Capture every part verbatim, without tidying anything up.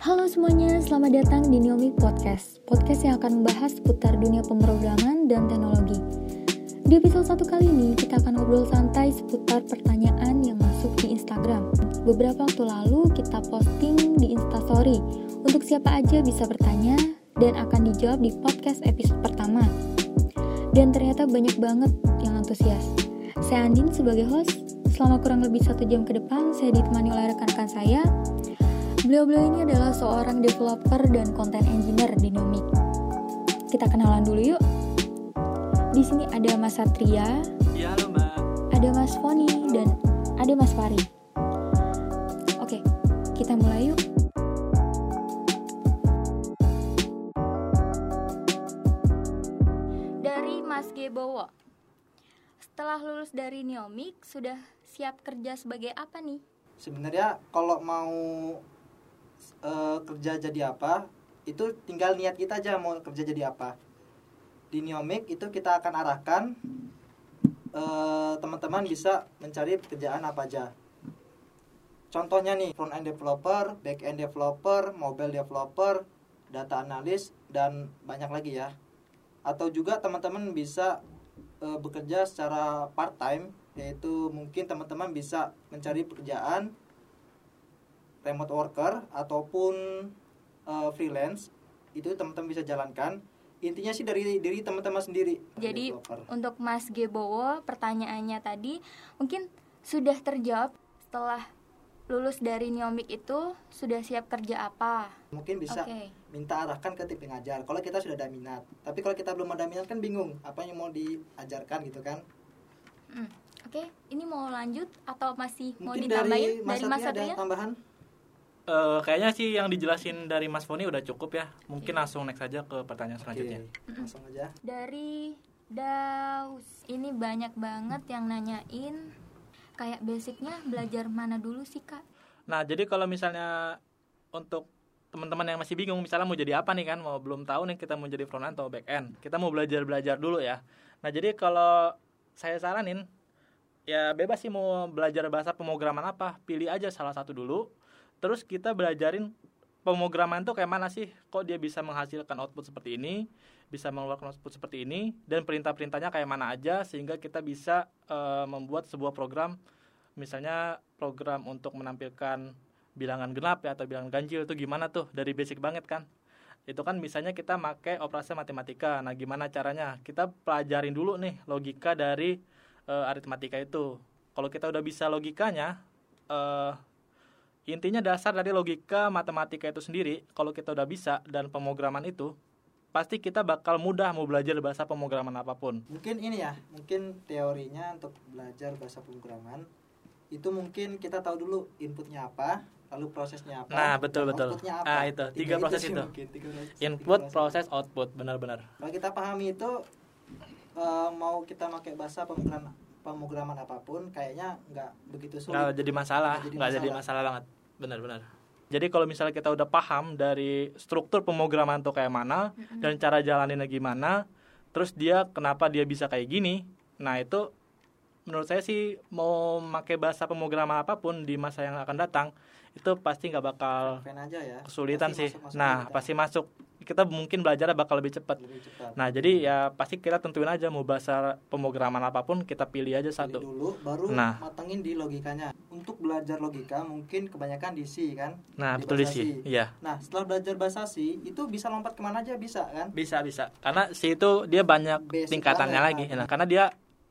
Halo semuanya, selamat datang di Neomic Podcast. Podcast yang akan membahas seputar dunia pemrograman dan teknologi. Di episode satu kali ini, kita akan ngobrol santai seputar pertanyaan yang masuk di Instagram. Beberapa waktu lalu, kita posting di Instastory untuk siapa aja bisa bertanya dan akan dijawab di podcast episode pertama. Dan ternyata banyak banget yang antusias. Saya Andin sebagai host. Selama kurang lebih satu jam ke depan, saya ditemani oleh rekan-rekan saya. Beliau-beliau ini adalah seorang developer dan content engineer di Neomic. Kita kenalan dulu yuk. Di sini ada Mas Satria, ya, halo Mbak. Ada Mas Foni dan ada Mas Fari. Oke, kita mulai yuk. Dari Mas Gebowo. Setelah lulus dari Neomic, sudah siap kerja sebagai apa nih? Sebenarnya kalau mau Uh, kerja jadi apa, itu tinggal niat kita aja mau kerja jadi apa. Di Neomic itu kita akan arahkan uh, teman-teman bisa mencari pekerjaan apa aja. Contohnya nih, front end developer, back end developer, mobile developer, data analis, dan banyak lagi ya. Atau juga teman-teman bisa uh, bekerja secara part time, yaitu mungkin teman-teman bisa mencari pekerjaan remote worker ataupun uh, freelance. Itu teman-teman bisa jalankan. Intinya sih dari diri teman-teman sendiri. Jadi developer. Untuk Mas Gebowo, pertanyaannya tadi mungkin sudah terjawab. Setelah lulus dari Neomic itu sudah siap kerja apa? Mungkin bisa okay. Minta arahkan ke tim pengajar kalau kita sudah ada minat. Tapi kalau kita belum ada minat kan bingung apa yang mau diajarkan gitu kan. hmm. Oke, okay. Ini mau lanjut atau masih mungkin mau ditambahin dari Mas Satria? Ada tambahan? Uh, kayaknya sih yang dijelasin dari Mas Foni udah cukup ya. Mungkin okay. langsung next aja ke pertanyaan selanjutnya. Okay. Langsung aja. Dari Daus, ini banyak banget yang nanyain kayak basicnya belajar mana dulu sih Kak? Nah jadi kalau misalnya untuk teman-teman yang masih bingung, misalnya mau jadi apa nih kan, mau belum tahu nih kita mau jadi front end atau back end, kita mau belajar-belajar dulu ya. Nah jadi kalau saya saranin ya bebas sih mau belajar bahasa pemrograman apa, pilih aja salah satu dulu. Terus kita belajarin pemrograman tuh kayak mana sih, kok dia bisa menghasilkan output seperti ini, bisa mengeluarkan output seperti ini, dan perintah-perintahnya kayak mana aja, sehingga kita bisa uh, membuat sebuah program, misalnya program untuk menampilkan bilangan genap ya, atau bilangan ganjil itu gimana tuh, dari basic banget kan. Itu kan misalnya kita pakai operasi matematika, nah gimana caranya, kita pelajarin dulu nih logika dari uh, aritmatika itu. Kalau kita udah bisa logikanya, uh, intinya dasar dari logika matematika itu sendiri, kalau kita udah bisa dan pemrograman itu, pasti kita bakal mudah mau belajar bahasa pemrograman apapun. Mungkin ini ya, mungkin teorinya untuk belajar bahasa pemrograman itu mungkin kita tahu dulu inputnya apa, lalu prosesnya apa. Nah betul betul. Outputnya apa. Ah itu tiga, tiga proses itu. Mungkin, tiga proses, Input, tiga proses, output, benar-benar. Kalau kita pahami itu, uh, mau kita pakai bahasa pemrograman pemrograman apapun, kayaknya nggak begitu sulit. Nggak jadi masalah, nggak jadi, masalah. jadi masalah banget. Benar-benar. Jadi kalau misalnya kita udah paham dari struktur pemrograman tuh kayak mana, mm-hmm. dan cara jalaninnya gimana, terus dia kenapa dia bisa kayak gini, nah itu menurut saya sih mau pakai bahasa pemrograman apapun di masa yang akan datang itu pasti nggak bakal aja ya. kesulitan pasti sih. Masuk, masuk nah kita. pasti masuk. Kita mungkin belajarnya bakal lebih cepat. Lebih cepat. Nah jadi ya pasti kita tentuin aja mau bahasa pemrograman apapun kita pilih aja pilih satu. Dulu baru nah. matengin di logikanya. Untuk belajar logika mungkin kebanyakan di C kan. Nah di betul di C. Iya. Nah setelah belajar bahasa C itu bisa lompat kemana aja bisa kan? Bisa bisa. Karena C itu dia banyak basic tingkatannya lagi. Nah karena dia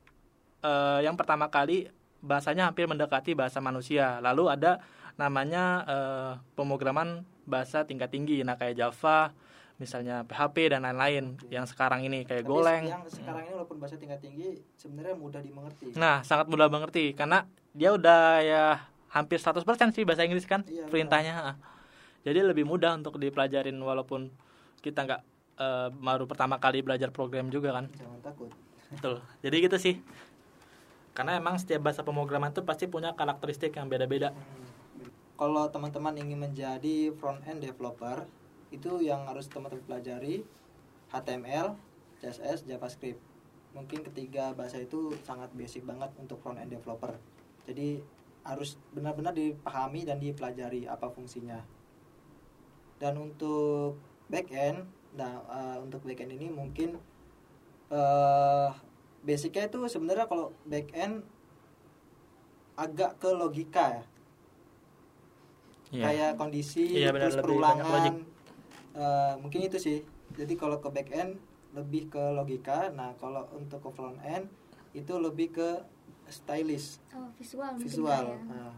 uh, yang pertama kali bahasanya hampir mendekati bahasa manusia. Lalu ada namanya uh, pemrograman bahasa tingkat tinggi. Nah kayak Java, misalnya P H P dan lain-lain. Okay. Yang sekarang ini kayak Tapi Golang. Yang sekarang ini walaupun bahasa tingkat tinggi sebenarnya mudah dimengerti. Nah sangat mudah mengerti karena dia udah ya hampir seratus persen sih bahasa Inggris kan, iya, perintahnya. Benar. Jadi lebih mudah untuk dipelajarin walaupun kita nggak uh, baru pertama kali belajar program juga kan. Jangan takut. Betul. Jadi gitu sih. Karena emang setiap bahasa pemrograman itu pasti punya karakteristik yang beda-beda. Hmm. Kalau teman-teman ingin menjadi front end developer, itu yang harus teman-teman pelajari H T M L, C S S, JavaScript. Mungkin ketiga bahasa itu sangat basic banget untuk front end developer. Jadi harus benar-benar dipahami dan dipelajari apa fungsinya. Dan untuk back end, nah uh, untuk back end ini mungkin uh, basicnya itu sebenarnya kalau back end agak ke logika ya. Yeah. Kayak kondisi, yeah, benar, terus perulangan, uh, mungkin itu sih. Jadi kalau ke back end lebih ke logika. Nah kalau untuk ke front end itu lebih ke stylish, oh, visual, visual. Ya. Nah,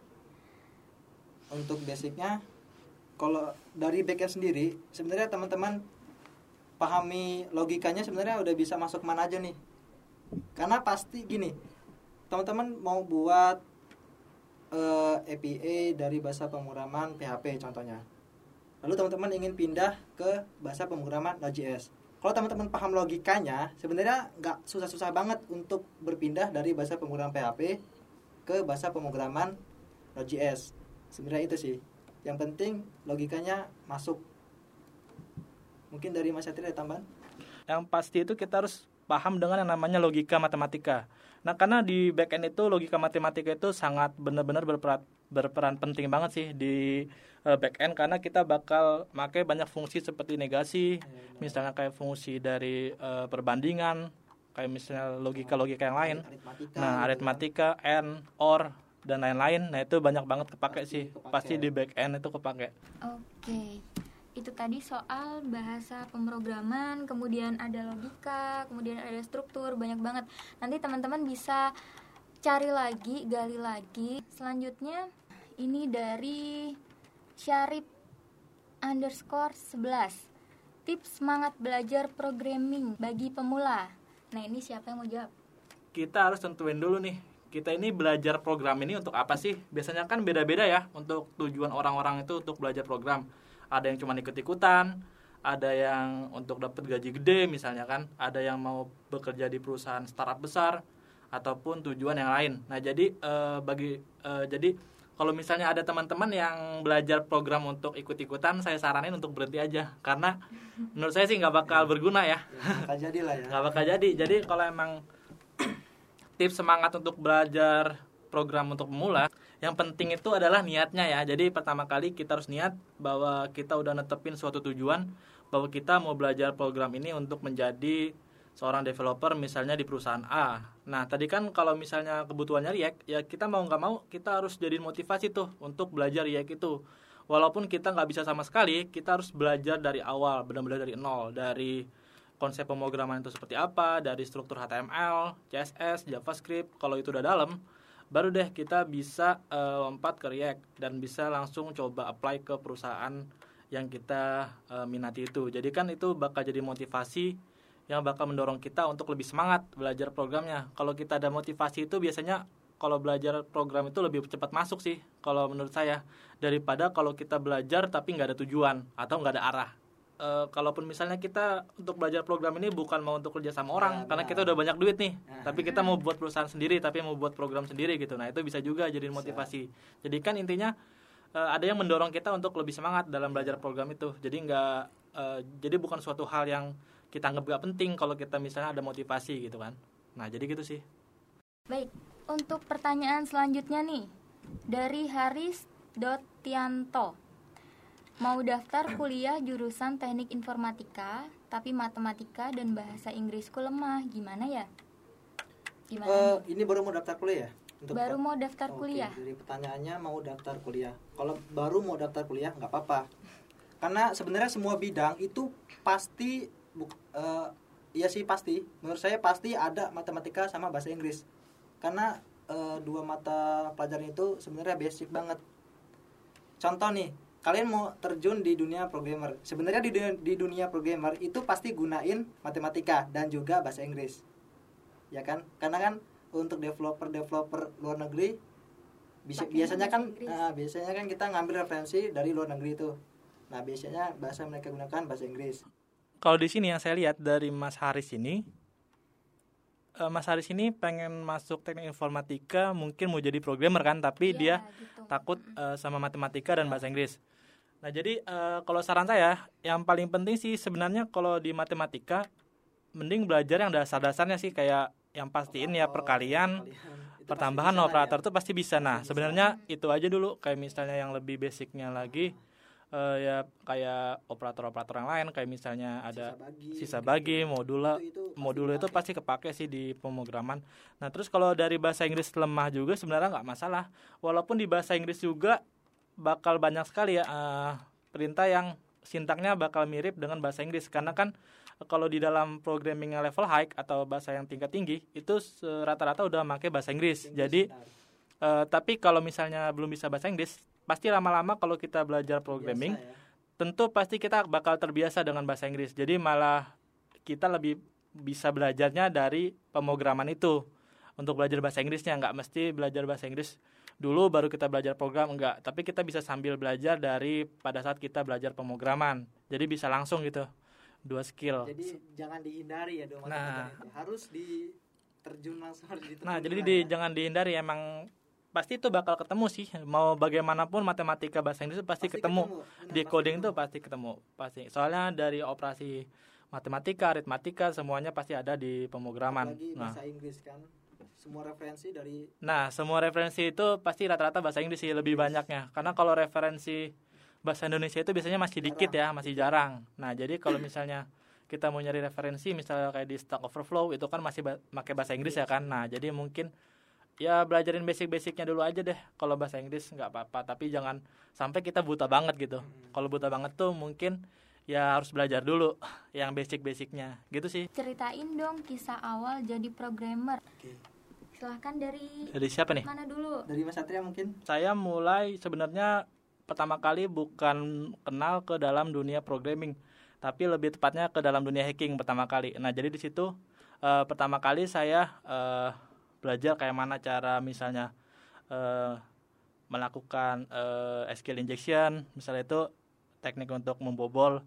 untuk basicnya, kalau dari back end sendiri, sebenarnya teman-teman pahami logikanya sebenarnya udah bisa masuk mana aja nih. Karena pasti gini, teman-teman mau buat uh, A P I dari bahasa pemrograman P H P contohnya. Lalu teman-teman ingin pindah ke bahasa pemrograman Node.js. Kalau teman-teman paham logikanya, sebenarnya nggak susah-susah banget untuk berpindah dari bahasa pemrograman P H P ke bahasa pemrograman Node.js. Sebenarnya itu sih. Yang penting logikanya masuk. Mungkin dari Mas Satria ada tambahan? Yang pasti itu kita harus paham dengan yang namanya logika matematika. Nah, karena di backend itu logika matematika itu sangat benar-benar berperan, berperan penting banget sih di uh, backend, karena kita bakal pakai banyak fungsi seperti negasi, ya, misalnya kayak fungsi dari uh, perbandingan, kayak misalnya logika-logika yang lain. Aritmatika, nah, aritmatika, and, or, dan lain-lain. Nah, itu banyak banget kepake pasti sih. Kepake. Pasti di backend itu kepake. Oke. Itu tadi soal bahasa pemrograman, kemudian ada logika, kemudian ada struktur, banyak banget. Nanti teman-teman bisa cari lagi, gali lagi. Selanjutnya ini dari Syarif underscore sebelas. Tips semangat belajar programming bagi pemula. Nah, ini siapa yang mau jawab? Kita harus tentuin dulu nih, kita ini belajar program ini untuk apa sih? Biasanya kan beda-beda ya untuk tujuan orang-orang itu untuk belajar program. Ada yang cuma ikut-ikutan, ada yang untuk dapat gaji gede misalnya kan, ada yang mau bekerja di perusahaan startup besar, ataupun tujuan yang lain. Nah, jadi eh, bagi eh, jadi kalau misalnya ada teman-teman yang belajar program untuk ikut-ikutan, saya saranin untuk berhenti aja, karena menurut saya sih nggak bakal berguna ya. Nggak bakal jadi lah ya. Nggak bakal jadi. Jadi kalau emang tips semangat untuk belajar program untuk pemula, yang penting itu adalah niatnya ya. Jadi pertama kali kita harus niat bahwa kita udah netepin suatu tujuan, bahwa kita mau belajar program ini untuk menjadi seorang developer misalnya di perusahaan A. Nah, tadi kan kalau misalnya kebutuhannya React, ya kita mau nggak mau kita harus jadiin motivasi tuh untuk belajar React itu. Walaupun kita nggak bisa sama sekali, kita harus belajar dari awal, benar-benar dari nol, dari konsep pemrograman itu seperti apa, dari struktur H T M L, C S S, JavaScript. Kalau itu udah dalam, baru deh kita bisa uh, lompat ke React dan bisa langsung coba apply ke perusahaan yang kita uh, minati itu. Jadi kan itu bakal jadi motivasi yang bakal mendorong kita untuk lebih semangat belajar programnya. Kalau kita ada motivasi itu biasanya kalau belajar program itu lebih cepat masuk sih kalau menurut saya, daripada kalau kita belajar tapi nggak ada tujuan atau nggak ada arah. Uh, kalaupun misalnya kita untuk belajar program ini bukan mau untuk kerja sama orang, ya, karena kita udah banyak duit nih, nah. tapi kita mau buat perusahaan sendiri, tapi mau buat program sendiri gitu. Nah, itu bisa juga jadi motivasi. Jadi kan intinya uh, ada yang mendorong kita untuk lebih semangat dalam belajar program itu. Jadi nggak, uh, jadi bukan suatu hal yang kita anggap gak penting kalau kita misalnya ada motivasi gitu kan. Nah, jadi gitu sih. Baik, untuk pertanyaan selanjutnya nih dari Haris.tianto. Mau daftar kuliah jurusan teknik informatika, tapi matematika dan bahasa Inggrisku lemah, gimana ya? Gimana? Uh, ini baru mau daftar kuliah? Untuk baru mau daftar okay, kuliah. Jadi pertanyaannya mau daftar kuliah. Kalau baru mau daftar kuliah nggak apa-apa. Karena sebenarnya semua bidang itu pasti, uh, iya sih pasti. Menurut saya pasti ada matematika sama bahasa Inggris. Karena uh, dua mata pelajaran itu sebenarnya basic banget. Contoh nih, kalian mau terjun di dunia programmer. Sebenarnya di dunia, di dunia programmer itu pasti gunain matematika dan juga bahasa Inggris. Ya kan? Karena kan untuk developer-developer luar negeri bisa, biasanya kan uh, biasanya kan kita ngambil referensi dari luar negeri itu. Nah, biasanya bahasa mereka gunakan bahasa Inggris. Kalau di sini yang saya lihat dari Mas Haris ini, uh, Mas Haris ini pengen masuk teknik informatika, mungkin mau jadi programmer kan, tapi ya, dia gitu. takut uh, sama matematika dan bahasa Inggris. Nah, jadi uh, kalau saran saya, yang paling penting sih sebenarnya kalau di matematika, mending belajar yang dasar-dasarnya sih, kayak yang pastiin ya perkalian, pertambahan, operator itu pasti bisa. Nah, sebenarnya itu aja dulu, kayak misalnya yang lebih basicnya lagi, uh, ya kayak operator-operator yang lain, kayak misalnya ada Sisa bagi, sisa gitu. bagi modula Itu- itu pasti modul itu dipakai. pasti kepake sih di pemrograman. Nah terus kalau dari bahasa Inggris lemah juga sebenarnya nggak masalah, walaupun di bahasa Inggris juga bakal banyak sekali ya uh, perintah yang sintaknya bakal mirip dengan bahasa Inggris, karena kan kalau di dalam programming yang level high atau bahasa yang tingkat tinggi itu se- rata-rata udah pakai bahasa Inggris. Inggris, Jadi benar. uh, tapi kalau misalnya belum bisa bahasa Inggris, pasti lama-lama kalau kita belajar programming Biasa ya. tentu pasti kita bakal terbiasa dengan bahasa Inggris. Jadi malah kita lebih bisa belajarnya dari pemrograman itu untuk belajar bahasa Inggrisnya. Nggak mesti belajar bahasa Inggris dulu baru kita belajar program, enggak. Tapi kita bisa sambil belajar dari pada saat kita belajar pemrograman. Jadi bisa langsung gitu, dua skill. Jadi jangan dihindari ya dong Nah. matematika itu. Harus diterjun langsung, harus diterjun. Nah, jadi lah di, ya. jangan dihindari, emang pasti itu bakal ketemu sih. Mau bagaimanapun matematika bahasa Inggris itu pasti, Pasti ketemu. Benar, Di pasti coding ketemu. tuh pasti ketemu, pasti. Soalnya dari operasi matematika, aritmatika semuanya pasti ada di pemrograman. Apalagi Nah, bahasa Inggris kan. Semua referensi dari nah semua referensi itu pasti rata-rata bahasa Inggris sih lebih banyaknya. Karena kalau referensi bahasa Indonesia itu biasanya masih dikit ya, masih jarang. Nah, jadi kalau misalnya kita mau nyari referensi misalnya kayak di Stack Overflow itu kan masih ba- pakai bahasa Inggris ya kan. Nah, jadi mungkin ya belajarin basic-basicnya dulu aja deh. Kalau bahasa Inggris nggak apa-apa, tapi jangan sampai kita buta banget gitu. Kalau buta banget tuh mungkin ya harus belajar dulu yang basic-basicnya gitu sih. Ceritain dong kisah awal jadi programmer. Oke. Silahkan dari Dari siapa nih? mana dulu? Dari Mas Satria mungkin. Saya mulai sebenarnya pertama kali bukan kenal ke dalam dunia programming, tapi lebih tepatnya ke dalam dunia hacking pertama kali. Nah, jadi di situ eh, pertama kali saya eh, belajar kayak mana cara misalnya eh, melakukan eh, S Q L injection, misalnya itu teknik untuk membobol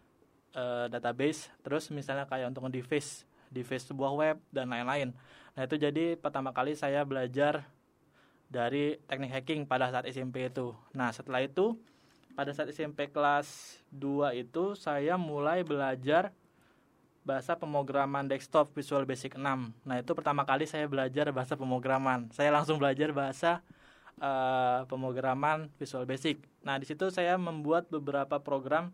eh, database, terus misalnya kayak untuk nge-deface deface sebuah web dan lain-lain. Nah, itu jadi pertama kali saya belajar dari teknik hacking pada saat S M P itu. Nah, setelah itu pada saat S M P kelas dua itu saya mulai belajar bahasa pemrograman desktop Visual Basic enam. Nah, itu pertama kali saya belajar bahasa pemrograman. Saya langsung belajar bahasa uh, pemrograman Visual Basic. Nah, di situ saya membuat beberapa program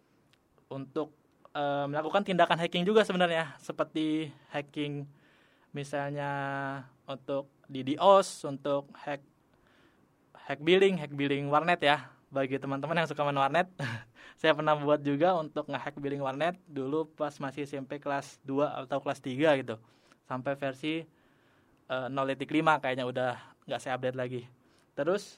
untuk uh, melakukan tindakan hacking juga sebenarnya, seperti hacking misalnya untuk D DoS, untuk hack hack billing, hack billing warnet ya. Bagi teman-teman yang suka main warnet, saya pernah buat juga untuk nge-hack billing warnet dulu pas masih S M P kelas dua atau kelas tiga gitu. Sampai versi uh, nol titik lima kayaknya udah nggak saya update lagi. Terus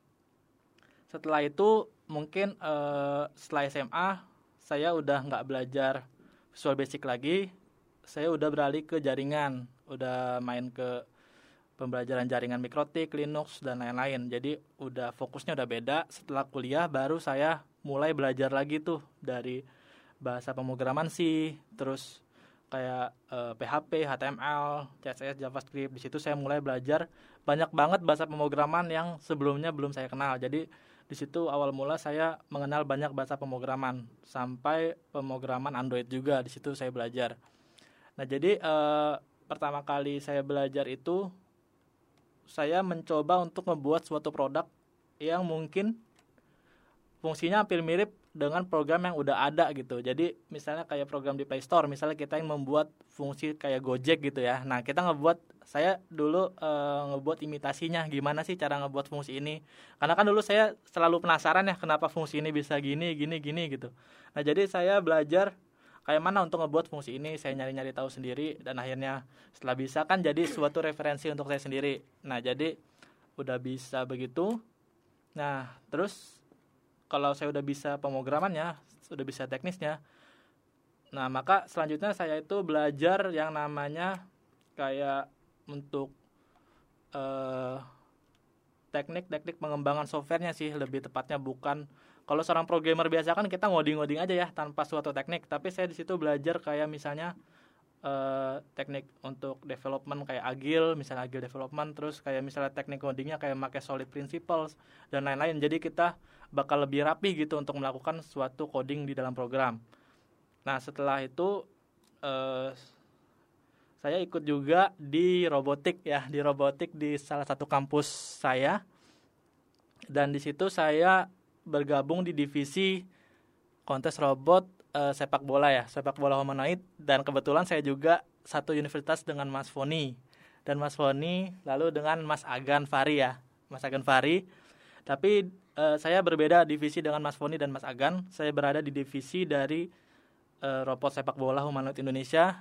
setelah itu mungkin uh, setelah S M A saya udah nggak belajar Visual Basic lagi. Saya udah beralih ke jaringan, udah main ke pembelajaran jaringan Mikrotik, Linux, dan lain-lain. Jadi udah fokusnya udah beda. Setelah kuliah baru saya mulai belajar lagi tuh dari bahasa pemrograman C, terus kayak eh, P H P, H T M L, C S S, JavaScript. Di situ saya mulai belajar banyak banget bahasa pemrograman yang sebelumnya belum saya kenal. Jadi di situ awal mula saya mengenal banyak bahasa pemrograman, sampai pemrograman Android juga di situ saya belajar. Nah, jadi eh, pertama kali saya belajar itu saya mencoba untuk membuat suatu produk yang mungkin fungsinya hampir mirip dengan program yang udah ada gitu. Jadi misalnya kayak program di Play Store, misalnya kita yang membuat fungsi kayak Gojek gitu ya. Nah, kita ngebuat, saya dulu e, ngebuat imitasinya, gimana sih cara ngebuat fungsi ini. Karena kan dulu saya selalu penasaran ya, kenapa fungsi ini bisa gini, gini, gini gitu. Nah, jadi saya belajar kayak mana untuk ngebuat fungsi ini, saya nyari-nyari tahu sendiri, dan akhirnya setelah bisa kan jadi suatu referensi untuk saya sendiri. Nah, jadi udah bisa begitu. Nah, terus kalau saya udah bisa pemrogramannya, sudah bisa teknisnya, nah maka selanjutnya saya itu belajar yang namanya kayak untuk eh, teknik-teknik pengembangan softwarenya sih, lebih tepatnya. Bukan, kalau seorang programmer biasa kan kita ngoding-ngoding aja ya tanpa suatu teknik, tapi saya di situ belajar kayak misalnya eh, teknik untuk development kayak agile, misalnya agile development, terus kayak misalnya teknik codingnya kayak pakai solid principles dan lain-lain. Jadi kita bakal lebih rapi gitu untuk melakukan suatu coding di dalam program. Nah, setelah itu eh, saya ikut juga di robotik ya, di robotik di salah satu kampus saya. Dan di situ saya bergabung di divisi kontes robot uh, sepak bola ya, sepak bola humanoid, dan kebetulan saya juga satu universitas dengan Mas Foni dan Mas Foni lalu dengan Mas Agan Fari ya, Mas Agan Fari. Tapi uh, saya berbeda divisi dengan Mas Foni dan Mas Agan. Saya berada di divisi dari uh, robot sepak bola humanoid Indonesia,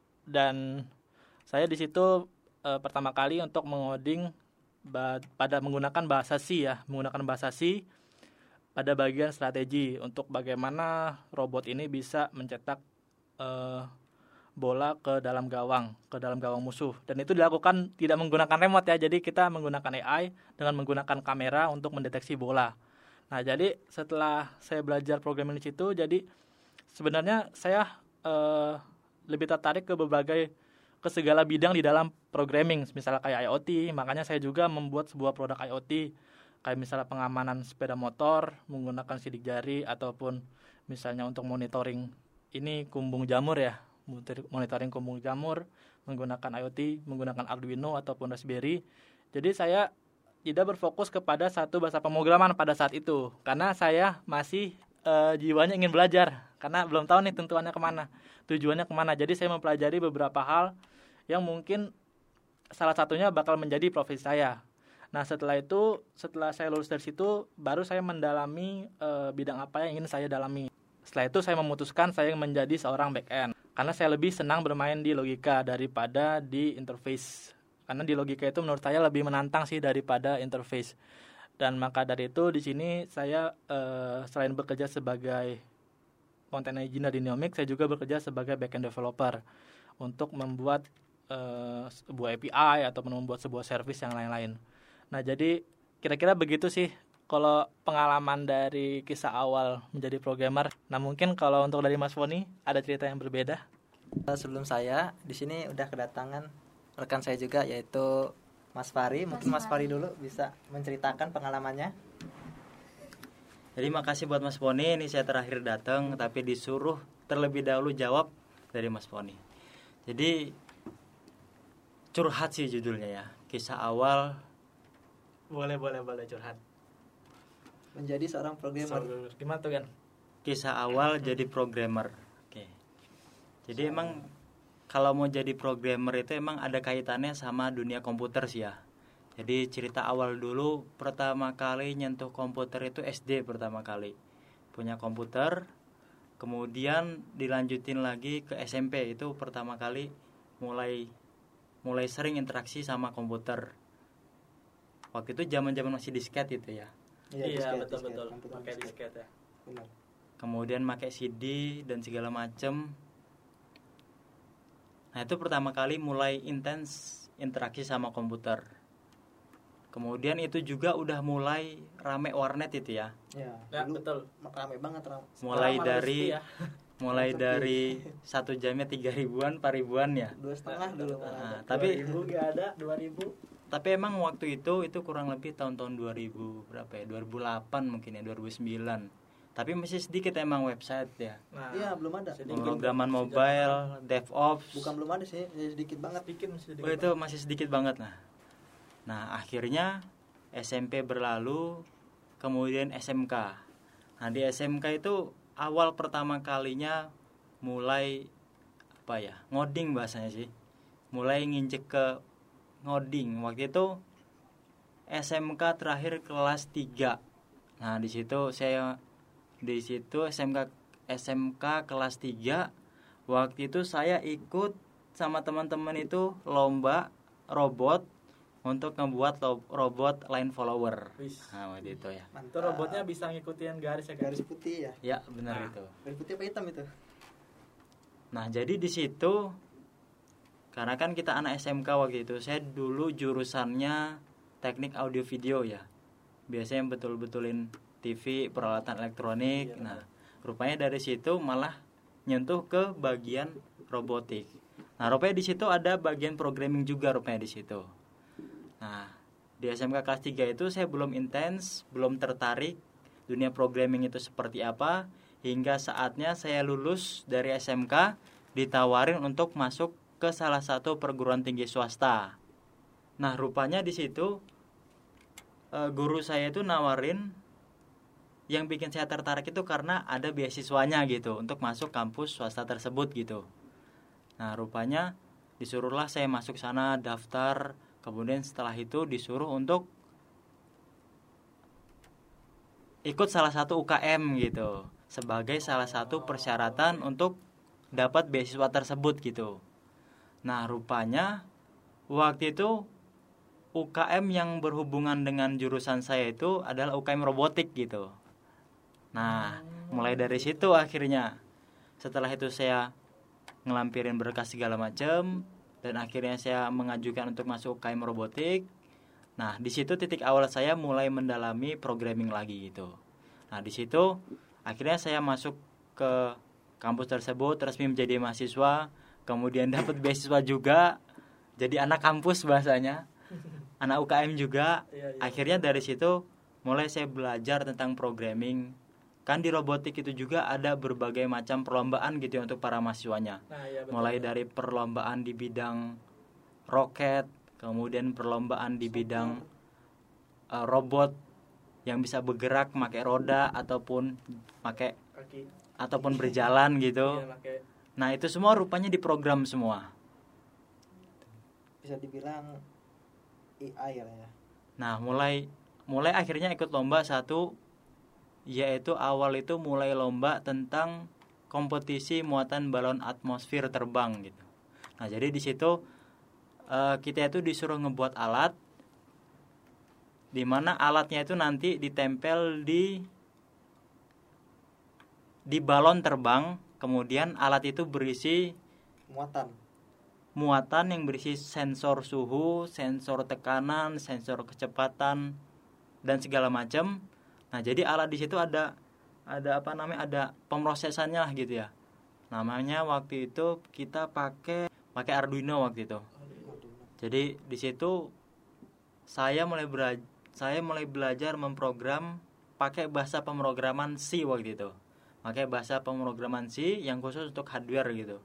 dan saya di situ uh, pertama kali untuk mengoding ba- pada menggunakan bahasa C ya, menggunakan bahasa C pada bagian strategi untuk bagaimana robot ini bisa mencetak uh, bola ke dalam gawang, ke dalam gawang musuh. Dan itu dilakukan tidak menggunakan remote ya, jadi kita menggunakan A I dengan menggunakan kamera untuk mendeteksi bola. Nah, jadi setelah saya belajar programming di situ, jadi sebenarnya saya uh, lebih tertarik ke berbagai, ke segala bidang di dalam programming, misalnya kayak IoT. Makanya saya juga membuat sebuah produk IoT, kayak misalnya pengamanan sepeda motor menggunakan sidik jari, ataupun misalnya untuk monitoring ini kumbung jamur ya, monitoring kumbung jamur menggunakan IoT, menggunakan Arduino ataupun Raspberry. Jadi saya tidak berfokus kepada satu bahasa pemrograman pada saat itu, karena saya masih uh, jiwanya ingin belajar, karena belum tahu nih tentuannya kemana, tujuannya kemana. Jadi saya mempelajari beberapa hal yang mungkin salah satunya bakal menjadi profesi saya. Nah, setelah itu, setelah saya lulus dari situ, baru saya mendalami uh, bidang apa yang ingin saya dalami. Setelah itu saya memutuskan saya menjadi seorang back-end, karena saya lebih senang bermain di logika daripada di interface. Karena di logika itu menurut saya lebih menantang sih daripada interface. Dan maka dari itu di sini saya uh, selain bekerja sebagai content engineer di Neomic, saya juga bekerja sebagai back-end developer untuk membuat uh, sebuah A P I atau membuat sebuah service yang lain-lain. Nah, jadi kira-kira begitu sih kalau pengalaman dari kisah awal menjadi programmer. Nah, mungkin kalau untuk dari Mas Foni ada cerita yang berbeda. Sebelum saya di sini udah kedatangan rekan saya juga, yaitu Mas Fari. Mungkin Mas Fari dulu bisa menceritakan pengalamannya. Jadi makasih buat Mas Foni, ini saya terakhir datang tapi disuruh terlebih dahulu jawab dari Mas Foni. Jadi curhat sih judulnya ya, kisah awal. Boleh, boleh, boleh curhat. Menjadi seorang programmer. So, gimana tuh kan? Kisah awal jadi programmer. Oke. Jadi so. emang kalau mau jadi programmer itu emang ada kaitannya sama dunia komputer sih ya. Jadi cerita awal dulu, pertama kali nyentuh komputer itu S D pertama kali. Punya komputer, kemudian dilanjutin lagi ke S M P, itu pertama kali mulai mulai sering interaksi sama komputer. Waktu itu zaman-zaman masih disket itu ya. Iya, iya betul betul. Pakai disket ya. Benar. Kemudian pakai C D dan segala macem. Nah, itu pertama kali mulai intens interaksi sama komputer. Kemudian itu juga udah mulai rame warnet itu ya. Ya, ya betul. Rame banget rame. Mulai dari ya. mulai dari satu jamnya tiga ribuan, empat ribuan ya. Dua setengah dulu. Nah, tapi dua ribu gak ada, dua ribu. Tapi emang waktu itu itu kurang lebih tahun-tahun dua ribu berapa ya? dua ribu delapan mungkin ya, dua ribu sembilan. Tapi masih sedikit emang website ya. Nah, iya, belum ada. Pemrograman mobile, DevOps. Bukan belum ada sih, sedikit banget. Sedikit, masih sedikit. Oh, itu masih sedikit banget nah. Nah, akhirnya S M P berlalu, kemudian S M K. Nah, di S M K itu awal pertama kalinya mulai apa ya? Ngoding bahasanya sih. Mulai nginjek ke ngoding. Waktu itu S M K terakhir kelas tiga. Nah, di situ saya di situ S M K S M K kelas tiga. Waktu itu saya ikut sama teman-teman itu lomba robot untuk membuat robot line follower. Nah, waktu itu ya. Mantap. Itu robotnya bisa ngikutin garis ya, garis putih ya. Ya, benar nah, itu. Garis putih apa hitam itu? Nah, jadi di situ karena kan kita anak S M K waktu itu, saya dulu jurusannya teknik audio video ya. Biasanya yang betul-betulin T V, peralatan elektronik. Iya, nah, rupanya dari situ malah nyentuh ke bagian robotik. Nah, rupanya di situ ada bagian programming juga rupanya di situ. Nah, di S M K kelas tiga itu saya belum intens, belum tertarik dunia programming itu seperti apa, hingga saatnya saya lulus dari S M K ditawarin untuk masuk ke salah satu perguruan tinggi swasta. Nah, rupanya di situ uh, guru saya itu nawarin yang bikin saya tertarik itu karena ada beasiswanya gitu untuk masuk kampus swasta tersebut gitu. Nah rupanya disuruhlah saya masuk sana, daftar, kemudian setelah itu disuruh untuk ikut salah satu U K M gitu sebagai salah satu persyaratan untuk dapat beasiswa tersebut gitu. Nah rupanya waktu itu U K M yang berhubungan dengan jurusan saya itu adalah U K M robotik gitu. Nah, mulai dari situ akhirnya setelah itu saya ngelampirin berkas segala macam dan akhirnya saya mengajukan untuk masuk U K M robotik. Nah, di situ titik awal saya mulai mendalami programming lagi gitu. Nah, di situ akhirnya saya masuk ke kampus tersebut, resmi menjadi mahasiswa, kemudian dapat beasiswa juga, jadi anak kampus bahasanya. Anak U K M juga. Akhirnya dari situ mulai saya belajar tentang programming. Kan di robotik itu juga ada berbagai macam perlombaan gitu ya untuk para mahasiswanya. Nah, iya, betul. Mulai dari perlombaan di bidang roket, kemudian perlombaan di bidang uh, robot yang bisa bergerak pakai roda ataupun pakai Kaki. ataupun berjalan gitu. Iya, pakai. Nah, itu semua rupanya diprogram semua. Bisa dibilang A I lah ya. Nah, mulai mulai akhirnya ikut lomba satu, yaitu awal itu mulai lomba tentang kompetisi muatan balon atmosfer terbang gitu. Nah, jadi di situ uh, kita itu disuruh ngebuat alat, di mana alatnya itu nanti ditempel di di balon terbang, kemudian alat itu berisi Muatan. muatan yang berisi sensor suhu, sensor tekanan, sensor kecepatan dan segala macam. Nah, jadi alat di situ ada ada apa namanya? Ada pemrosesannya lah gitu ya. Namanya waktu itu kita pakai pakai Arduino waktu itu. Jadi di situ saya mulai belajar saya mulai belajar memprogram pakai bahasa pemrograman C waktu itu. Pakai bahasa pemrograman C yang khusus untuk hardware gitu.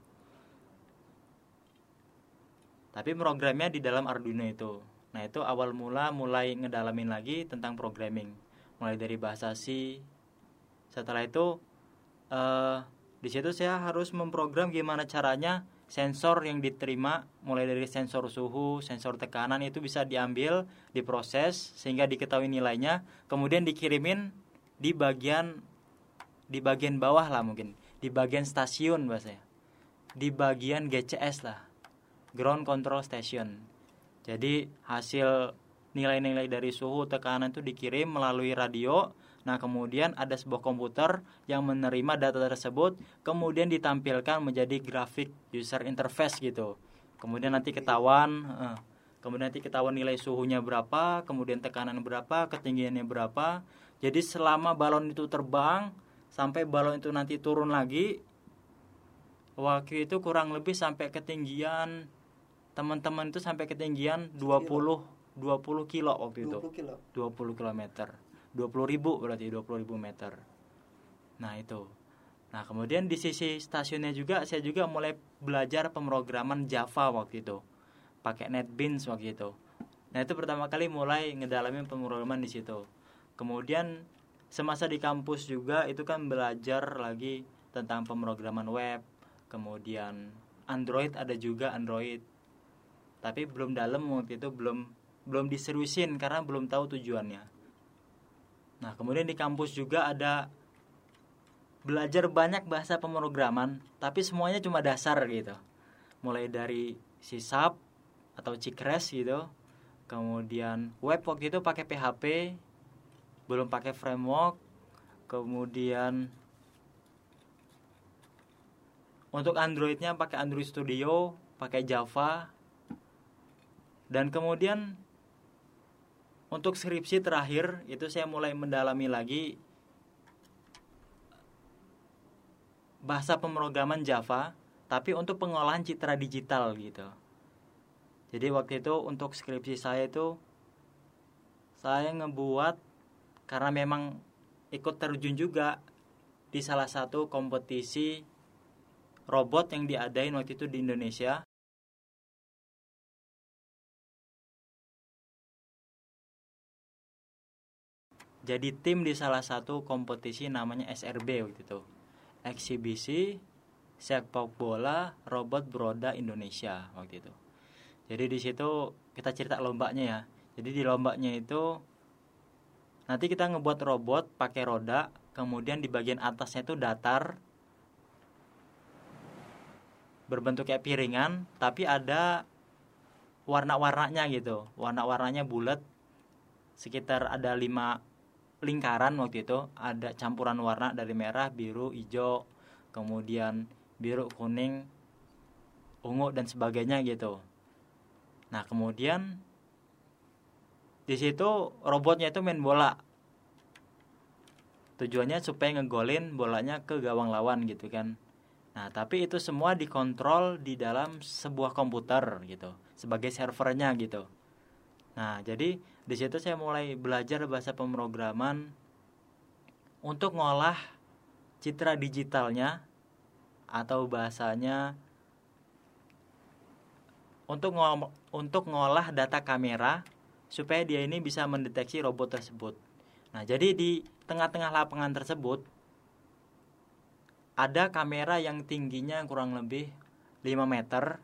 Tapi programnya di dalam Arduino itu. Nah, itu awal mula mulai ngedalamin lagi tentang programming. Mulai dari bahasa C. Setelah itu eh, di situ saya harus memprogram gimana caranya sensor yang diterima, mulai dari sensor suhu, sensor tekanan itu bisa diambil, diproses sehingga diketahui nilainya, kemudian dikirimin di bagian di bagian bawah lah mungkin, di bagian stasiun bahasanya. Di bagian G C S lah. Ground Control Station. Jadi hasil nilai-nilai dari suhu, tekanan itu dikirim melalui radio. Nah, kemudian ada sebuah komputer yang menerima data tersebut, kemudian ditampilkan menjadi grafik user interface gitu. Kemudian nanti ketahuan, eh, kemudian nanti ketahuan nilai suhunya berapa, kemudian tekanan berapa, ketinggiannya berapa. Jadi selama balon itu terbang sampai balon itu nanti turun lagi, waktu itu kurang lebih sampai ketinggian teman-teman itu sampai ketinggian dua puluh kilo waktu itu. dua puluh kilo. dua puluh kilometer. dua puluh ribu berarti dua puluh ribu meter. Nah, itu. Nah, kemudian di sisi stasiunnya juga saya juga mulai belajar pemrograman Java waktu itu. Pakai NetBeans waktu itu. Nah, itu pertama kali mulai ngedalamin pemrograman di situ. Kemudian semasa di kampus juga itu kan belajar lagi tentang pemrograman web. Kemudian Android ada juga Android. Tapi belum dalam waktu itu, belum belum diseriusin karena belum tahu tujuannya. Nah, kemudian di kampus juga ada belajar banyak bahasa pemrograman, tapi semuanya cuma dasar gitu. Mulai dari C Sharp atau Cicres gitu. Kemudian web waktu itu pakai P H P, belum pakai framework. Kemudian untuk Androidnya pakai Android Studio, pakai Java. Dan kemudian untuk skripsi terakhir itu saya mulai mendalami lagi bahasa pemrograman Java, tapi untuk pengolahan citra digital gitu. Jadi waktu itu untuk skripsi saya itu saya ngebuat, karena memang ikut terjun juga di salah satu kompetisi robot yang diadain waktu itu di Indonesia. jadi tim di salah satu kompetisi namanya S R B waktu itu, eksibisi sepak bola robot beroda Indonesia waktu itu. Jadi di situ kita cerita lombanya ya. Jadi di lombanya itu nanti kita ngebuat robot pakai roda, kemudian di bagian atasnya itu datar, berbentuk kayak piringan, tapi ada warna-warnanya gitu. Warna-warnanya bulat, sekitar ada lima lingkaran waktu itu. Ada campuran warna dari merah, biru, hijau, kemudian biru, kuning, ungu dan sebagainya gitu. Nah kemudian di situ robotnya itu main bola. Tujuannya supaya ngegolin bolanya ke gawang lawan gitu kan. Nah tapi itu semua dikontrol di dalam sebuah komputer gitu, sebagai servernya gitu. Nah jadi di situ saya mulai belajar bahasa pemrograman untuk ngolah citra digitalnya, atau bahasanya untuk ngol- untuk ngolah data kamera supaya dia ini bisa mendeteksi robot tersebut. Nah, jadi di tengah-tengah lapangan tersebut ada kamera yang tingginya kurang lebih lima meter.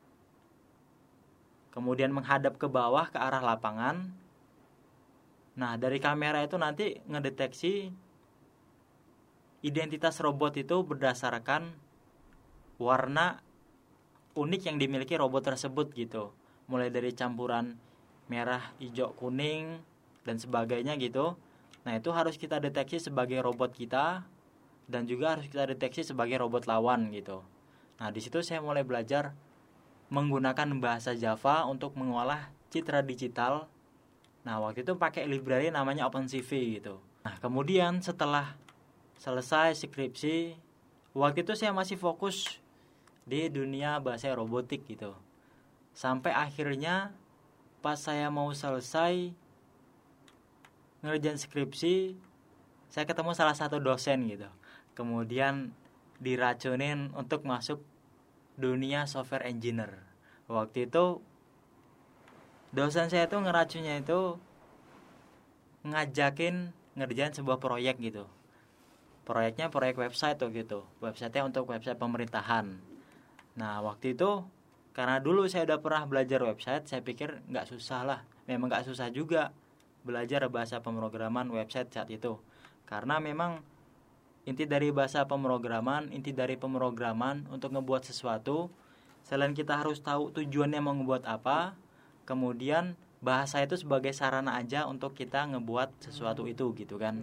Kemudian menghadap ke bawah ke arah lapangan. Nah, dari kamera itu nanti ngedeteksi identitas robot itu berdasarkan warna unik yang dimiliki robot tersebut gitu. Mulai dari campuran merah, hijau, kuning dan sebagainya gitu. Nah, itu harus kita deteksi sebagai robot kita dan juga harus kita deteksi sebagai robot lawan gitu. Nah, di situ saya mulai belajar menggunakan bahasa Java untuk mengolah citra digital. Nah, waktu itu pakai library namanya OpenCV gitu. Nah, kemudian setelah selesai skripsi, waktu itu saya masih fokus di dunia bahasa robotik gitu. Sampai akhirnya pas saya mau selesai ngerjain skripsi, saya ketemu salah satu dosen gitu. Kemudian diracunin untuk masuk dunia software engineer. Waktu itu dosen saya tuh ngeracunya itu ngajakin ngerjain sebuah proyek gitu. Proyeknya proyek website tuh gitu. Websitenya untuk website pemerintahan. Nah waktu itu karena dulu saya udah pernah belajar website, saya pikir nggak susah lah. Memang nggak susah juga belajar bahasa pemrograman website saat itu. Karena memang inti dari bahasa pemrograman, inti dari pemrograman untuk ngebuat sesuatu, selain kita harus tahu tujuannya mau ngebuat apa, kemudian bahasa itu sebagai sarana aja untuk kita ngebuat sesuatu itu gitu kan.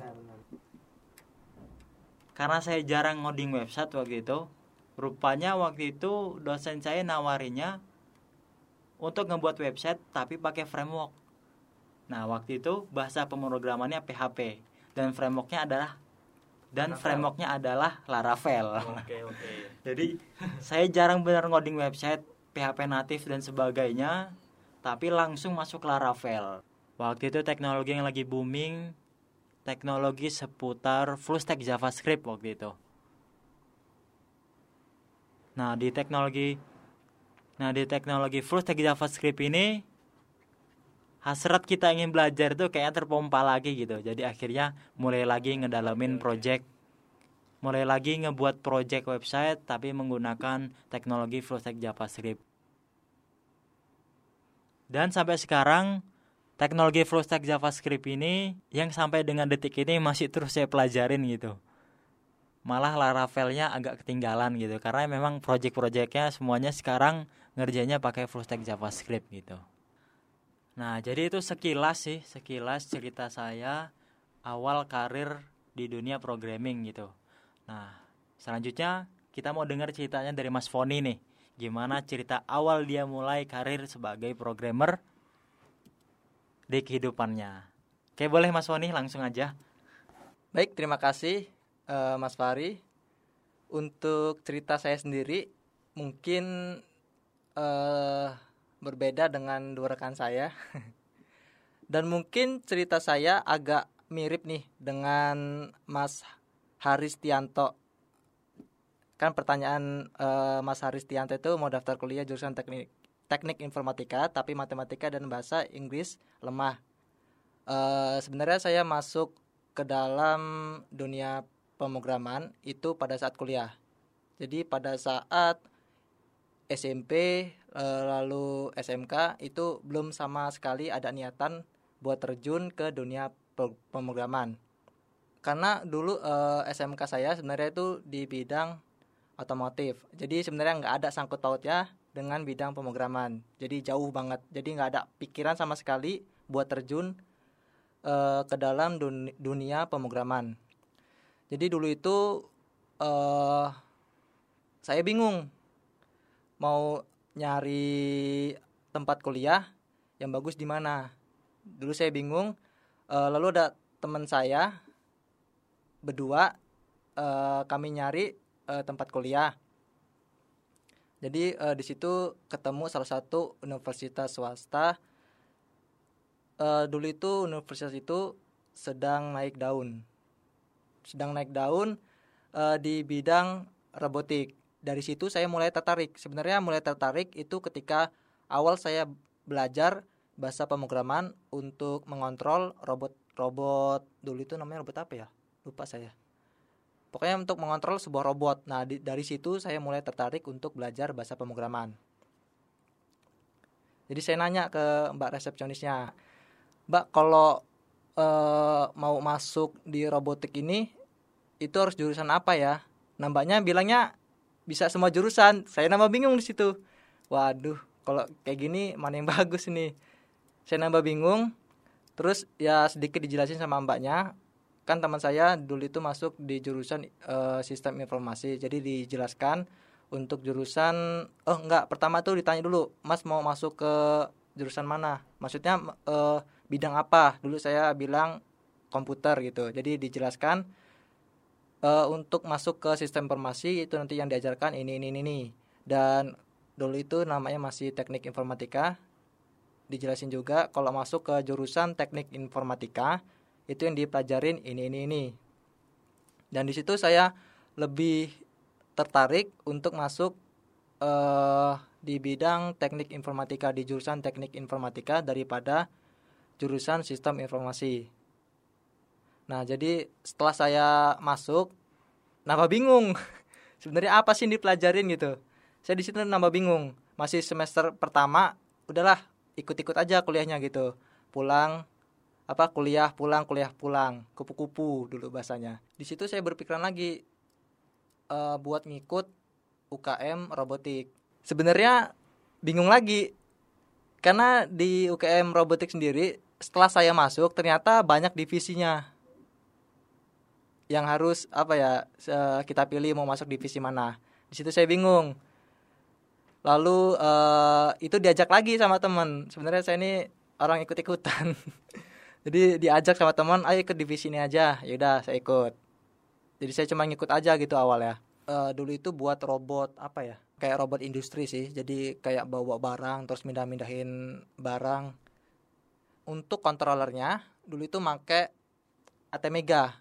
Karena saya jarang ngoding website waktu itu, rupanya waktu itu dosen saya nawarinya untuk ngebuat website tapi pakai framework. Nah waktu itu bahasa pemrogramannya P H P dan frameworknya adalah dan Laravel. frameworknya adalah Laravel. Oke oke. Jadi saya jarang benar ngoding website P H P natif dan sebagainya, tapi langsung masuk Laravel. Waktu itu teknologi yang lagi booming, teknologi seputar full stack JavaScript waktu itu. Nah, di teknologi Nah, di teknologi full stack JavaScript ini hasrat kita ingin belajar itu kayaknya terpompa lagi gitu. Jadi akhirnya mulai lagi ngedalamin project, mulai lagi ngebuat project website tapi menggunakan teknologi full stack JavaScript. Dan sampai sekarang teknologi full stack JavaScript ini yang sampai dengan detik ini masih terus saya pelajarin gitu. Malah Laravelnya agak ketinggalan gitu karena memang project-projectnya semuanya sekarang ngerjainnya pakai full stack JavaScript gitu. Nah, jadi itu sekilas sih, sekilas cerita saya awal karir di dunia programming gitu. Nah, selanjutnya kita mau dengar ceritanya dari Mas Foni nih. Gimana cerita awal dia mulai karir sebagai programmer di kehidupannya. Oke, boleh Mas Foni langsung aja. Baik, terima kasih uh, Mas Fahri. Untuk cerita saya sendiri mungkin uh, berbeda dengan dua rekan saya. Dan mungkin cerita saya agak mirip nih dengan Mas Haristianto. Kan pertanyaan uh, Mas Haristianto itu mau daftar kuliah jurusan teknik teknik informatika tapi matematika dan bahasa Inggris lemah. Uh, sebenarnya saya masuk ke dalam dunia pemrograman itu pada saat kuliah. Jadi pada saat S M P eh, lalu S M K itu belum sama sekali ada niatan buat terjun ke dunia pemrograman. Karena dulu eh, S M K saya sebenarnya itu di bidang otomotif. Jadi sebenarnya nggak ada sangkut pautnya dengan bidang pemrograman. Jadi jauh banget. Jadi nggak ada pikiran sama sekali buat terjun uh, ke dalam dun- dunia pemrograman. Jadi dulu itu uh, saya bingung mau nyari tempat kuliah yang bagus di mana. Dulu saya bingung. Uh, lalu ada teman saya berdua uh, kami nyari uh, tempat kuliah. Jadi uh, di situ ketemu salah satu universitas swasta. Uh, dulu itu universitas itu sedang naik daun, sedang naik daun uh, di bidang robotik. Dari situ saya mulai tertarik. Sebenarnya mulai tertarik itu ketika awal saya belajar bahasa pemrograman untuk mengontrol robot-robot. Dulu itu namanya robot apa ya? Lupa saya. Pokoknya untuk mengontrol sebuah robot. Nah, di, dari situ saya mulai tertarik untuk belajar bahasa pemrograman. Jadi saya nanya ke Mbak resepsionisnya, Mbak, kalau e, mau masuk di robotik ini, itu harus jurusan apa ya? Nah, Mbaknya bilangnya bisa semua jurusan. Saya nambah bingung di situ. Waduh, kalau kayak gini mana yang bagus nih? Saya nambah bingung. Terus ya sedikit dijelasin sama Mbaknya. Kan teman saya dulu itu masuk di jurusan uh, sistem informasi. Jadi dijelaskan untuk jurusan, oh enggak, pertama tuh ditanya dulu, Mas mau masuk ke jurusan mana? Maksudnya uh, bidang apa? Dulu saya bilang komputer gitu. Jadi dijelaskan uh, untuk masuk ke sistem informasi itu nanti yang diajarkan ini, ini, ini, ini. Dan dulu itu namanya masih teknik informatika. Dijelasin juga kalau masuk ke jurusan teknik informatika, itu yang dipelajarin ini ini ini. Dan di situ saya lebih tertarik untuk masuk uh, di bidang teknik informatika, di jurusan teknik informatika daripada jurusan sistem informasi. Nah, jadi setelah saya masuk, nambah bingung. Sebenarnya apa sih yang dipelajarin gitu. Saya di situ nambah bingung. Masih semester pertama, udahlah ikut-ikut aja kuliahnya gitu. Pulang apa kuliah pulang kuliah pulang kupu-kupu dulu bahasanya. Di situ saya berpikiran lagi uh, buat ngikut U K M robotik. Sebenarnya bingung lagi karena di U K M robotik sendiri setelah saya masuk ternyata banyak divisinya yang harus apa ya kita pilih mau masuk divisi mana. Di situ saya bingung. Lalu uh, itu diajak lagi sama teman. Sebenarnya saya ini orang ikut-ikutan. Jadi diajak sama teman, ayo ikut divisi ini aja. Yaudah, saya ikut. Jadi saya cuma ngikut aja gitu awal ya. E, dulu itu buat robot apa ya? Kayak robot industri sih. Jadi kayak bawa barang, terus mindah-mindahin barang. Untuk kontrolernya, dulu itu make Atmega.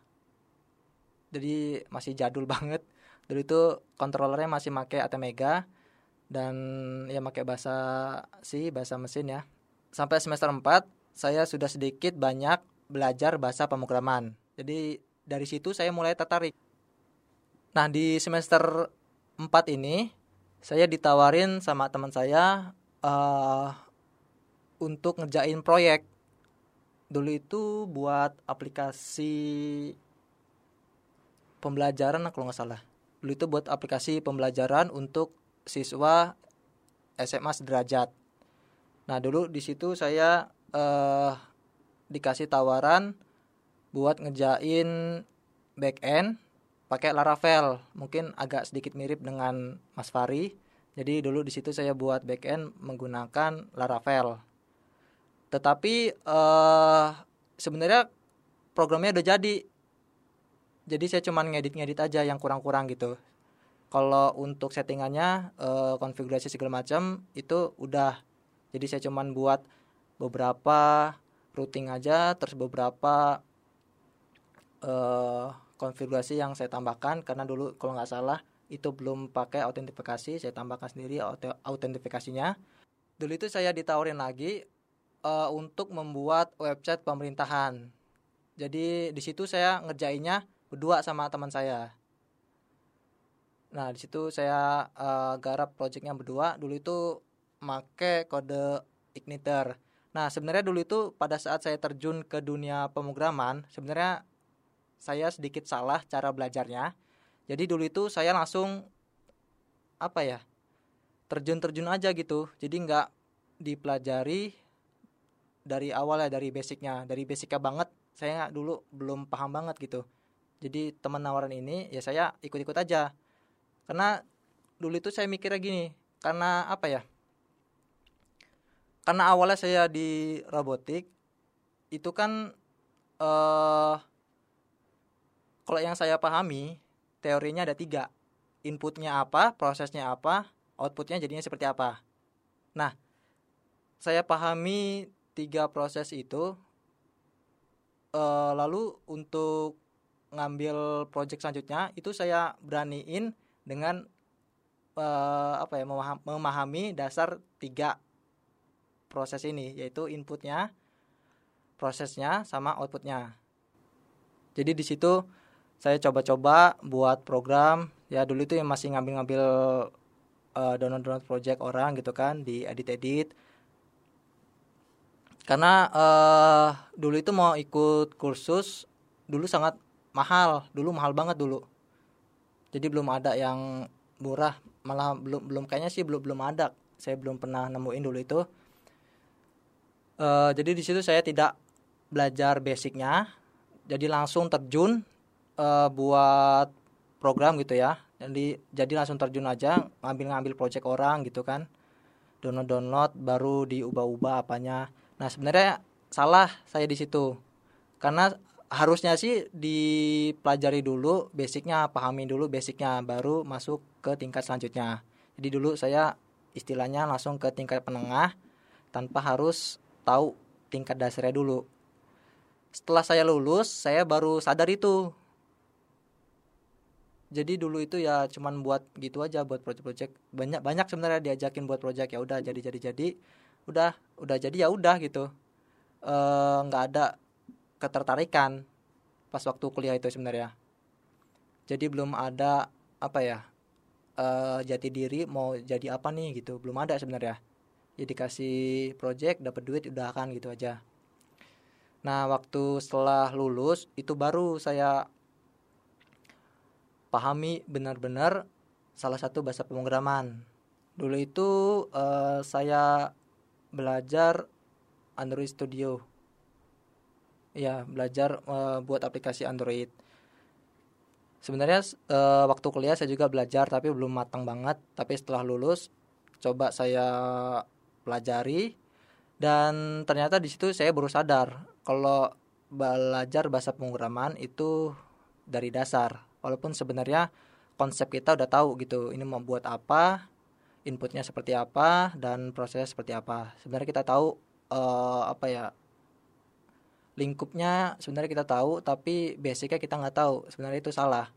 Jadi masih jadul banget. Dulu itu kontrolernya masih make Atmega. Dan ya make bahasa C, bahasa mesin ya. Sampai semester empat, saya sudah sedikit banyak belajar bahasa pemrograman. Jadi dari situ saya mulai tertarik. Nah, di semester empat ini saya ditawarin sama teman saya uh, untuk ngerjain proyek. Dulu itu buat aplikasi pembelajaran kalau nggak salah. Dulu itu buat aplikasi pembelajaran untuk siswa S M A sederajat. Nah, dulu di situ saya Uh, dikasih tawaran buat ngerjain back end pakai Laravel, mungkin agak sedikit mirip dengan Mas Fari. Jadi dulu di situ saya buat back end menggunakan Laravel. Tetapi uh, sebenarnya programnya udah jadi. Jadi saya cuma ngedit-ngedit aja yang kurang-kurang gitu. Kalau untuk settingannya, uh, konfigurasi segala macam itu udah. Jadi saya cuma buat beberapa routing aja, terus beberapa uh, konfigurasi yang saya tambahkan karena dulu kalau nggak salah itu belum pakai autentifikasi, saya tambahkan sendiri autentifikasinya. Dulu itu saya ditawarin lagi uh, untuk membuat website pemerintahan. Jadi di situ saya ngerjainnya berdua sama teman saya. Nah di situ saya uh, garap proyeknya berdua. Dulu itu make kode Igniter. Nah sebenarnya dulu itu pada saat saya terjun ke dunia pemrograman, sebenarnya saya sedikit salah cara belajarnya. Jadi dulu itu saya langsung apa ya terjun-terjun aja gitu. Jadi nggak dipelajari dari awal ya, dari basicnya, dari basicnya banget. Saya dulu belum paham banget gitu. Jadi teman nawaran ini ya saya ikut-ikut aja. Karena dulu itu saya mikirnya gini, karena apa ya? Karena awalnya saya di robotik itu kan eh kalau yang saya pahami teorinya ada tiga. Inputnya apa, prosesnya apa, outputnya jadinya seperti apa. Nah, saya pahami tiga proses itu. Uh, lalu untuk ngambil project selanjutnya itu saya beraniin dengan uh, apa ya memahami, memahami dasar tiga proses ini, yaitu inputnya, prosesnya, sama outputnya. Jadi di situ saya coba-coba buat program. Ya dulu itu yang masih ngambil-ngambil uh, download-download project orang gitu kan, di edit-edit. Karena uh, dulu itu mau ikut kursus dulu sangat mahal, dulu mahal banget dulu. Jadi belum ada yang murah, malah belum belum kayaknya sih belum belum ada. Saya belum pernah nemuin dulu itu. Uh, jadi di situ saya tidak belajar basicnya, jadi langsung terjun uh, buat program gitu ya. Jadi jadi langsung terjun aja, ngambil-ngambil project orang gitu kan, download-download baru diubah-ubah apanya. Nah sebenarnya salah saya di situ, karena harusnya sih dipelajari dulu basicnya, pahami dulu basicnya, baru masuk ke tingkat selanjutnya. Jadi dulu saya istilahnya langsung ke tingkat penengah tanpa harus tahu tingkat dasarnya dulu. Setelah saya lulus, saya baru sadar itu. Jadi dulu itu ya cuman buat gitu aja, buat project-project. Banyak banyak sebenarnya diajakin buat project, ya udah jadi jadi jadi. udah udah jadi ya udah gitu, nggak e, ada ketertarikan pas waktu kuliah itu sebenarnya. Jadi belum ada apa ya e, jati diri mau jadi apa nih gitu, belum ada sebenarnya. Jadi kasih project dapat duit udah kan gitu aja. Nah waktu setelah lulus itu baru saya pahami benar-benar salah satu bahasa pemrograman. Dulu itu e, saya belajar Android Studio. Ya, belajar uh, buat aplikasi Android. Sebenarnya uh, waktu kuliah saya juga belajar tapi belum matang banget. Tapi setelah lulus coba saya pelajari dan ternyata di situ saya baru sadar kalau belajar bahasa pemrograman itu dari dasar. Walaupun sebenarnya konsep kita udah tahu gitu, ini mau buat apa, inputnya seperti apa, dan prosesnya seperti apa. Sebenarnya kita tahu uh, apa ya lingkupnya sebenarnya kita tahu, tapi basicnya kita nggak tahu. Sebenarnya itu salah.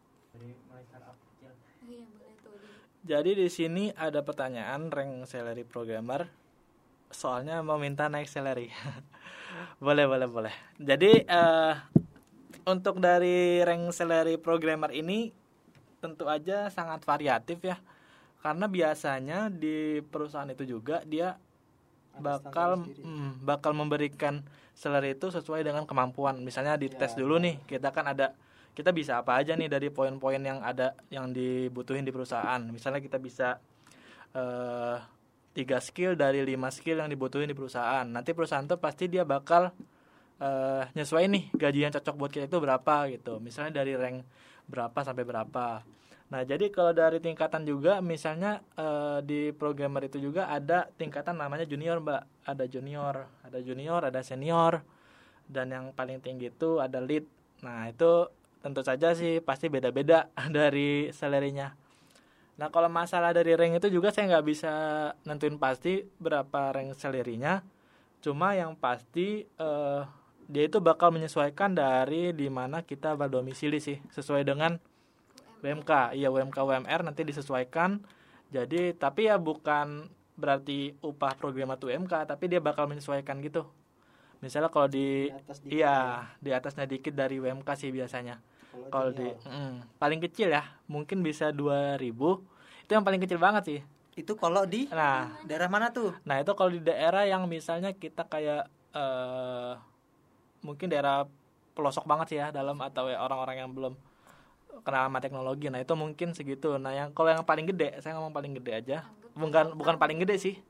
Jadi di sini ada pertanyaan rank salary programmer. Soalnya mau minta naik salary. boleh boleh boleh. Jadi uh, untuk dari rank salary programmer ini tentu aja sangat variatif ya. Karena biasanya di perusahaan itu juga dia bakal mm, bakal memberikan salary itu sesuai dengan kemampuan. Misalnya dites ya, dulu nih, kita kan ada kita bisa apa aja nih dari poin-poin yang ada yang dibutuhin di perusahaan. Misalnya kita bisa uh, tiga skill dari lima skill yang dibutuhin di perusahaan. Nanti perusahaan tuh pasti dia bakal uh, nyesuaiin nih gaji yang cocok buat kita itu berapa gitu. Misalnya dari rank berapa sampai berapa. Nah, jadi kalau dari tingkatan juga, misalnya eh, di programmer itu juga ada tingkatan namanya junior, Mbak. Ada junior, ada junior, ada senior, dan yang paling tinggi itu ada lead. Nah, itu tentu saja sih pasti beda-beda dari salary-nya. Nah, kalau masalah dari rank itu juga saya nggak bisa nentuin pasti berapa rank salary-nya. Cuma yang pasti eh, dia itu bakal menyesuaikan dari di mana kita berdomisili sih, sesuai dengan U M K, iya U M K U M R nanti disesuaikan. Jadi tapi ya bukan berarti upah programmer U M K, tapi dia bakal menyesuaikan gitu. Misalnya kalau di, Di atas dikit iya di atasnya dikit dari U M K sih biasanya. Kalau di mm, paling kecil ya mungkin bisa dua ribu. Itu yang paling kecil banget sih. Itu kalau di Nah, daerah mana tuh? nah itu kalau di daerah yang misalnya kita kayak eh mungkin daerah pelosok banget sih ya dalam, atau ya orang-orang yang belum kenal sama teknologi. Nah, itu mungkin segitu. Nah, yang kalau yang paling gede, saya ngomong paling gede aja. Bukan bukan paling gede sih.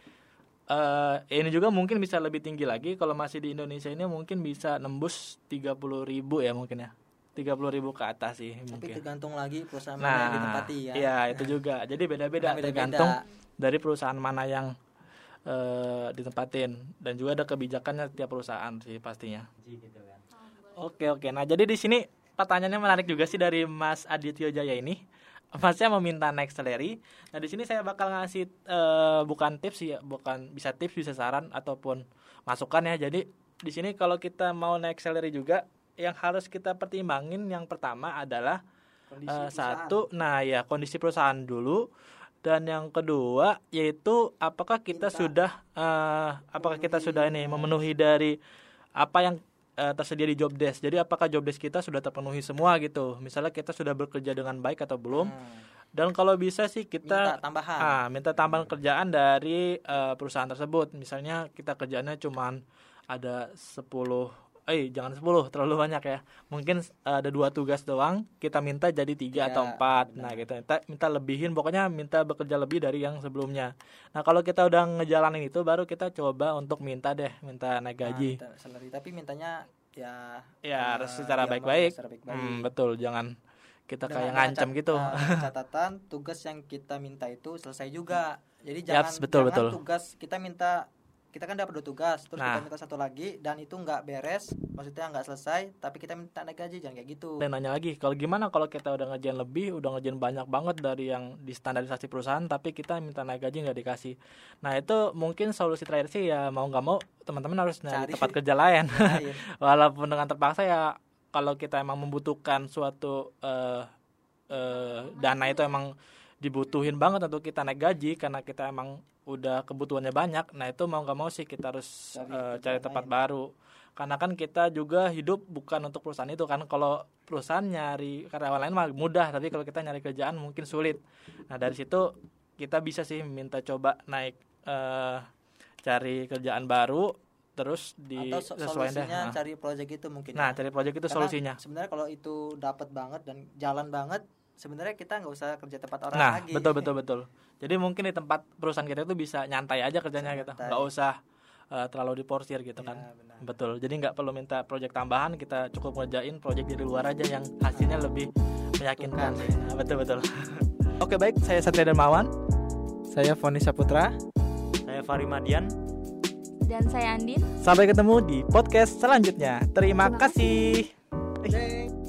Eh ini juga mungkin bisa lebih tinggi lagi. Kalau masih di Indonesia ini mungkin bisa nembus tiga puluh ribu ya mungkin ya. tiga puluh ribu ke atas sih Tapi mungkin. tergantung lagi perusahaan Nah, mana yang ditempati ya. iya itu juga. Jadi beda-beda, Beda-beda. tergantung dari perusahaan mana yang eh, ditempatin, dan juga ada kebijakannya tiap perusahaan sih pastinya. Oke oke. Nah jadi di sini pertanyaannya menarik juga sih dari Mas Adityo Jaya ini. Masnya meminta naik salary. Nah di sini saya bakal ngasih eh, bukan tips sih ya, bukan bisa tips bisa saran ataupun masukan ya. Jadi di sini kalau kita mau naik salary juga, yang harus kita pertimbangin yang pertama adalah Kondisi eh, perusahaan. satu, nah ya kondisi perusahaan dulu, dan yang kedua yaitu apakah kita Minta. sudah eh, apakah kita sudah ini memenuhi dari apa yang eh, tersedia di job desk. Jadi apakah job desk kita sudah terpenuhi semua gitu. Misalnya kita sudah bekerja dengan baik atau belum. Hmm. Dan kalau bisa sih kita Minta tambahan. ah, minta tambahan kerjaan dari eh, perusahaan tersebut. Misalnya kita kerjaannya cuman ada sepuluh, eh jangan sepuluh, terlalu banyak ya. Mungkin eh, ada dua tugas doang, kita minta jadi tiga Tiga, atau empat. benar. Nah kita minta, minta lebihin, pokoknya minta bekerja lebih dari yang sebelumnya. Nah kalau kita udah ngejalanin itu, baru kita coba untuk minta deh, minta naik gaji. Nah, minta salary. Tapi mintanya ya Ya, eh, harus secara ya, baik-baik. secara baik-baik. Hmm, betul, jangan kita Dengan kayak ngancam cat- gitu. eh, catatan tugas yang kita minta itu selesai juga. Jadi Yaps, jangan betul, jangan betul. tugas kita minta, kita kan dapat dua tugas, terus Nah. kita minta satu lagi dan itu nggak beres, maksudnya nggak selesai, tapi kita minta naik gaji, jangan kayak gitu. Dan nanya lagi, kalau gimana kalau kita udah ngerjain lebih, udah ngerjain banyak banget dari yang di standarisasi perusahaan, tapi kita minta naik gaji nggak dikasih. Nah itu mungkin solusi terakhir sih ya, mau nggak mau teman-teman harus nyari Cari. tempat kerja lain. Lain. Walaupun dengan terpaksa ya, kalau kita emang membutuhkan suatu eh, eh, dana itu emang dibutuhin banget untuk kita naik gaji karena kita emang udah kebutuhannya banyak. Nah itu mau nggak mau sih kita harus Cari eh, kerjaan cari tempat lain. baru. Karena kan kita juga hidup bukan untuk perusahaan itu kan. Kalau perusahaan nyari karyawan lain mah mudah, tapi kalau kita nyari kerjaan mungkin sulit. Nah dari situ kita bisa sih minta coba naik eh, cari kerjaan baru, terus di Atau so- sesuaiin deh. solusinya Nah. cari project itu mungkin. Nah, ya. cari project itu Karena solusinya. Sebenarnya kalau itu dapat banget dan jalan banget, sebenarnya kita nggak usah kerja tempat orang Nah, lagi. betul betul betul. Jadi mungkin di tempat perusahaan kita itu bisa nyantai aja kerjanya Bisa gitu. nyantai. Nggak usah eh, terlalu diporsir gitu Iya, kan. benar. Betul. Jadi nggak perlu minta project tambahan, kita cukup ngerjain project dari luar aja yang hasilnya lebih meyakinkan. Bukan. Nah, betul betul. Oke, baik, saya Satria Dermawan. Saya Foni Saputra. Saya Fahri Madian. Dan saya Andin. Sampai ketemu di podcast selanjutnya. Terima, Terima kasih. Deng.